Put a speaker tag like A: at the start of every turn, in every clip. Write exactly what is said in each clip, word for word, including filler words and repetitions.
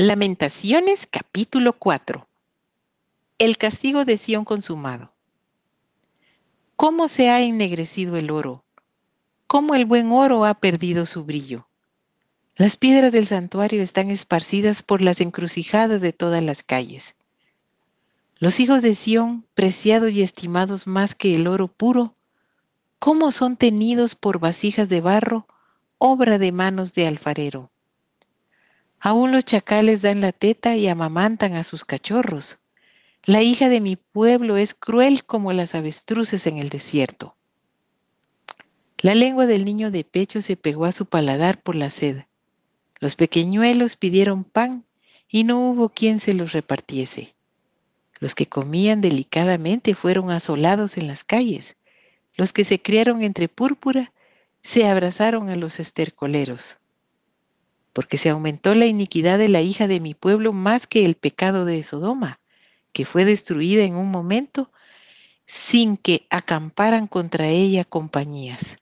A: Lamentaciones capítulo cuatro. El castigo de Sión consumado. ¿Cómo se ha ennegrecido el oro? ¿Cómo el buen oro ha perdido su brillo? Las piedras del santuario están esparcidas por las encrucijadas de todas las calles. Los hijos de Sión, preciados y estimados más que el oro puro, ¿cómo son tenidos por vasijas de barro, obra de manos de alfarero? Aún los chacales dan la teta y amamantan a sus cachorros. La hija de mi pueblo es cruel como las avestruces en el desierto. La lengua del niño de pecho se pegó a su paladar por la sed. Los pequeñuelos pidieron pan y no hubo quien se los repartiese. Los que comían delicadamente fueron asolados en las calles. Los que se criaron entre púrpura se abrazaron a los estercoleros. Porque se aumentó la iniquidad de la hija de mi pueblo más que el pecado de Sodoma, que fue destruida en un momento sin que acamparan contra ella compañías.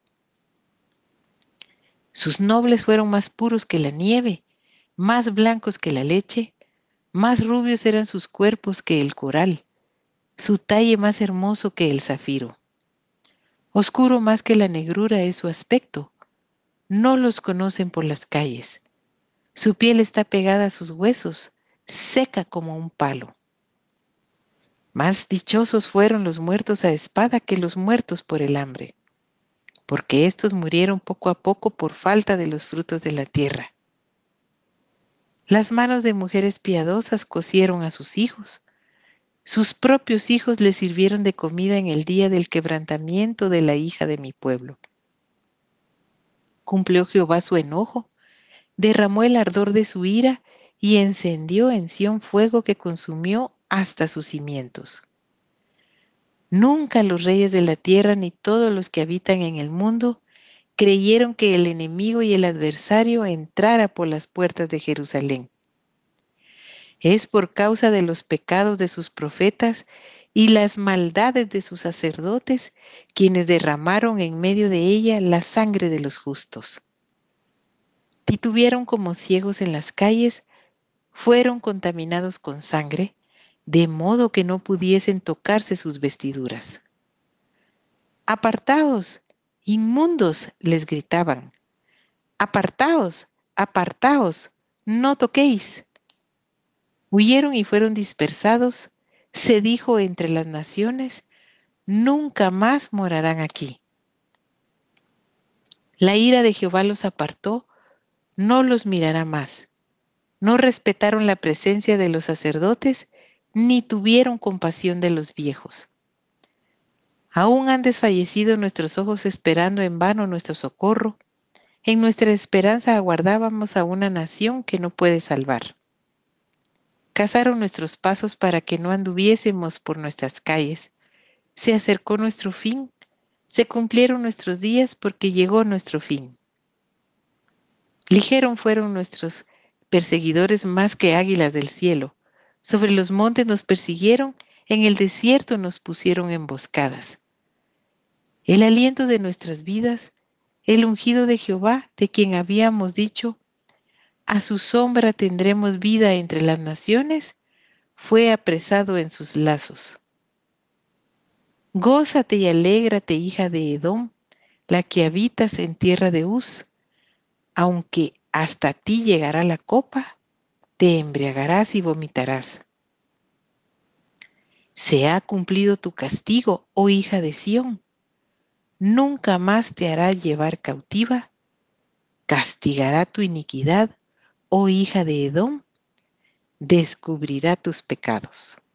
A: Sus nobles fueron más puros que la nieve, más blancos que la leche, más rubios eran sus cuerpos que el coral, su talle más hermoso que el zafiro. Oscuro más que la negrura es su aspecto, no los conocen por las calles. Su piel está pegada a sus huesos, seca como un palo. Más dichosos fueron los muertos a espada que los muertos por el hambre, porque éstos murieron poco a poco por falta de los frutos de la tierra. Las manos de mujeres piadosas cocieron a sus hijos. Sus propios hijos les sirvieron de comida en el día del quebrantamiento de la hija de mi pueblo. Cumplió Jehová su enojo, derramó el ardor de su ira y encendió en Sión fuego que consumió hasta sus cimientos. Nunca los reyes de la tierra ni todos los que habitan en el mundo creyeron que el enemigo y el adversario entrara por las puertas de Jerusalén. Es por causa de los pecados de sus profetas y las maldades de sus sacerdotes quienes derramaron en medio de ella la sangre de los justos. Titubieron como ciegos en las calles, fueron contaminados con sangre, de modo que no pudiesen tocarse sus vestiduras. Apartaos, inmundos, les gritaban. Apartaos, apartaos, no toquéis. Huyeron y fueron dispersados, se dijo entre las naciones, nunca más morarán aquí. La ira de Jehová los apartó, no los mirará más. No respetaron la presencia de los sacerdotes, ni tuvieron compasión de los viejos. Aún han desfallecido nuestros ojos esperando en vano nuestro socorro. En nuestra esperanza aguardábamos a una nación que no puede salvar. Cazaron nuestros pasos para que no anduviésemos por nuestras calles. Se acercó nuestro fin, se cumplieron nuestros días porque llegó nuestro fin. Ligeros fueron nuestros perseguidores más que águilas del cielo. Sobre los montes nos persiguieron, en el desierto nos pusieron emboscadas. El aliento de nuestras vidas, el ungido de Jehová, de quien habíamos dicho, a su sombra tendremos vida entre las naciones, fue apresado en sus lazos. Gózate y alégrate, hija de Edom, la que habitas en tierra de Uz, aunque hasta ti llegará la copa, te embriagarás y vomitarás. Se ha cumplido tu castigo, oh hija de Sión. Nunca más te hará llevar cautiva. Castigará tu iniquidad, oh hija de Edom. Descubrirá tus pecados.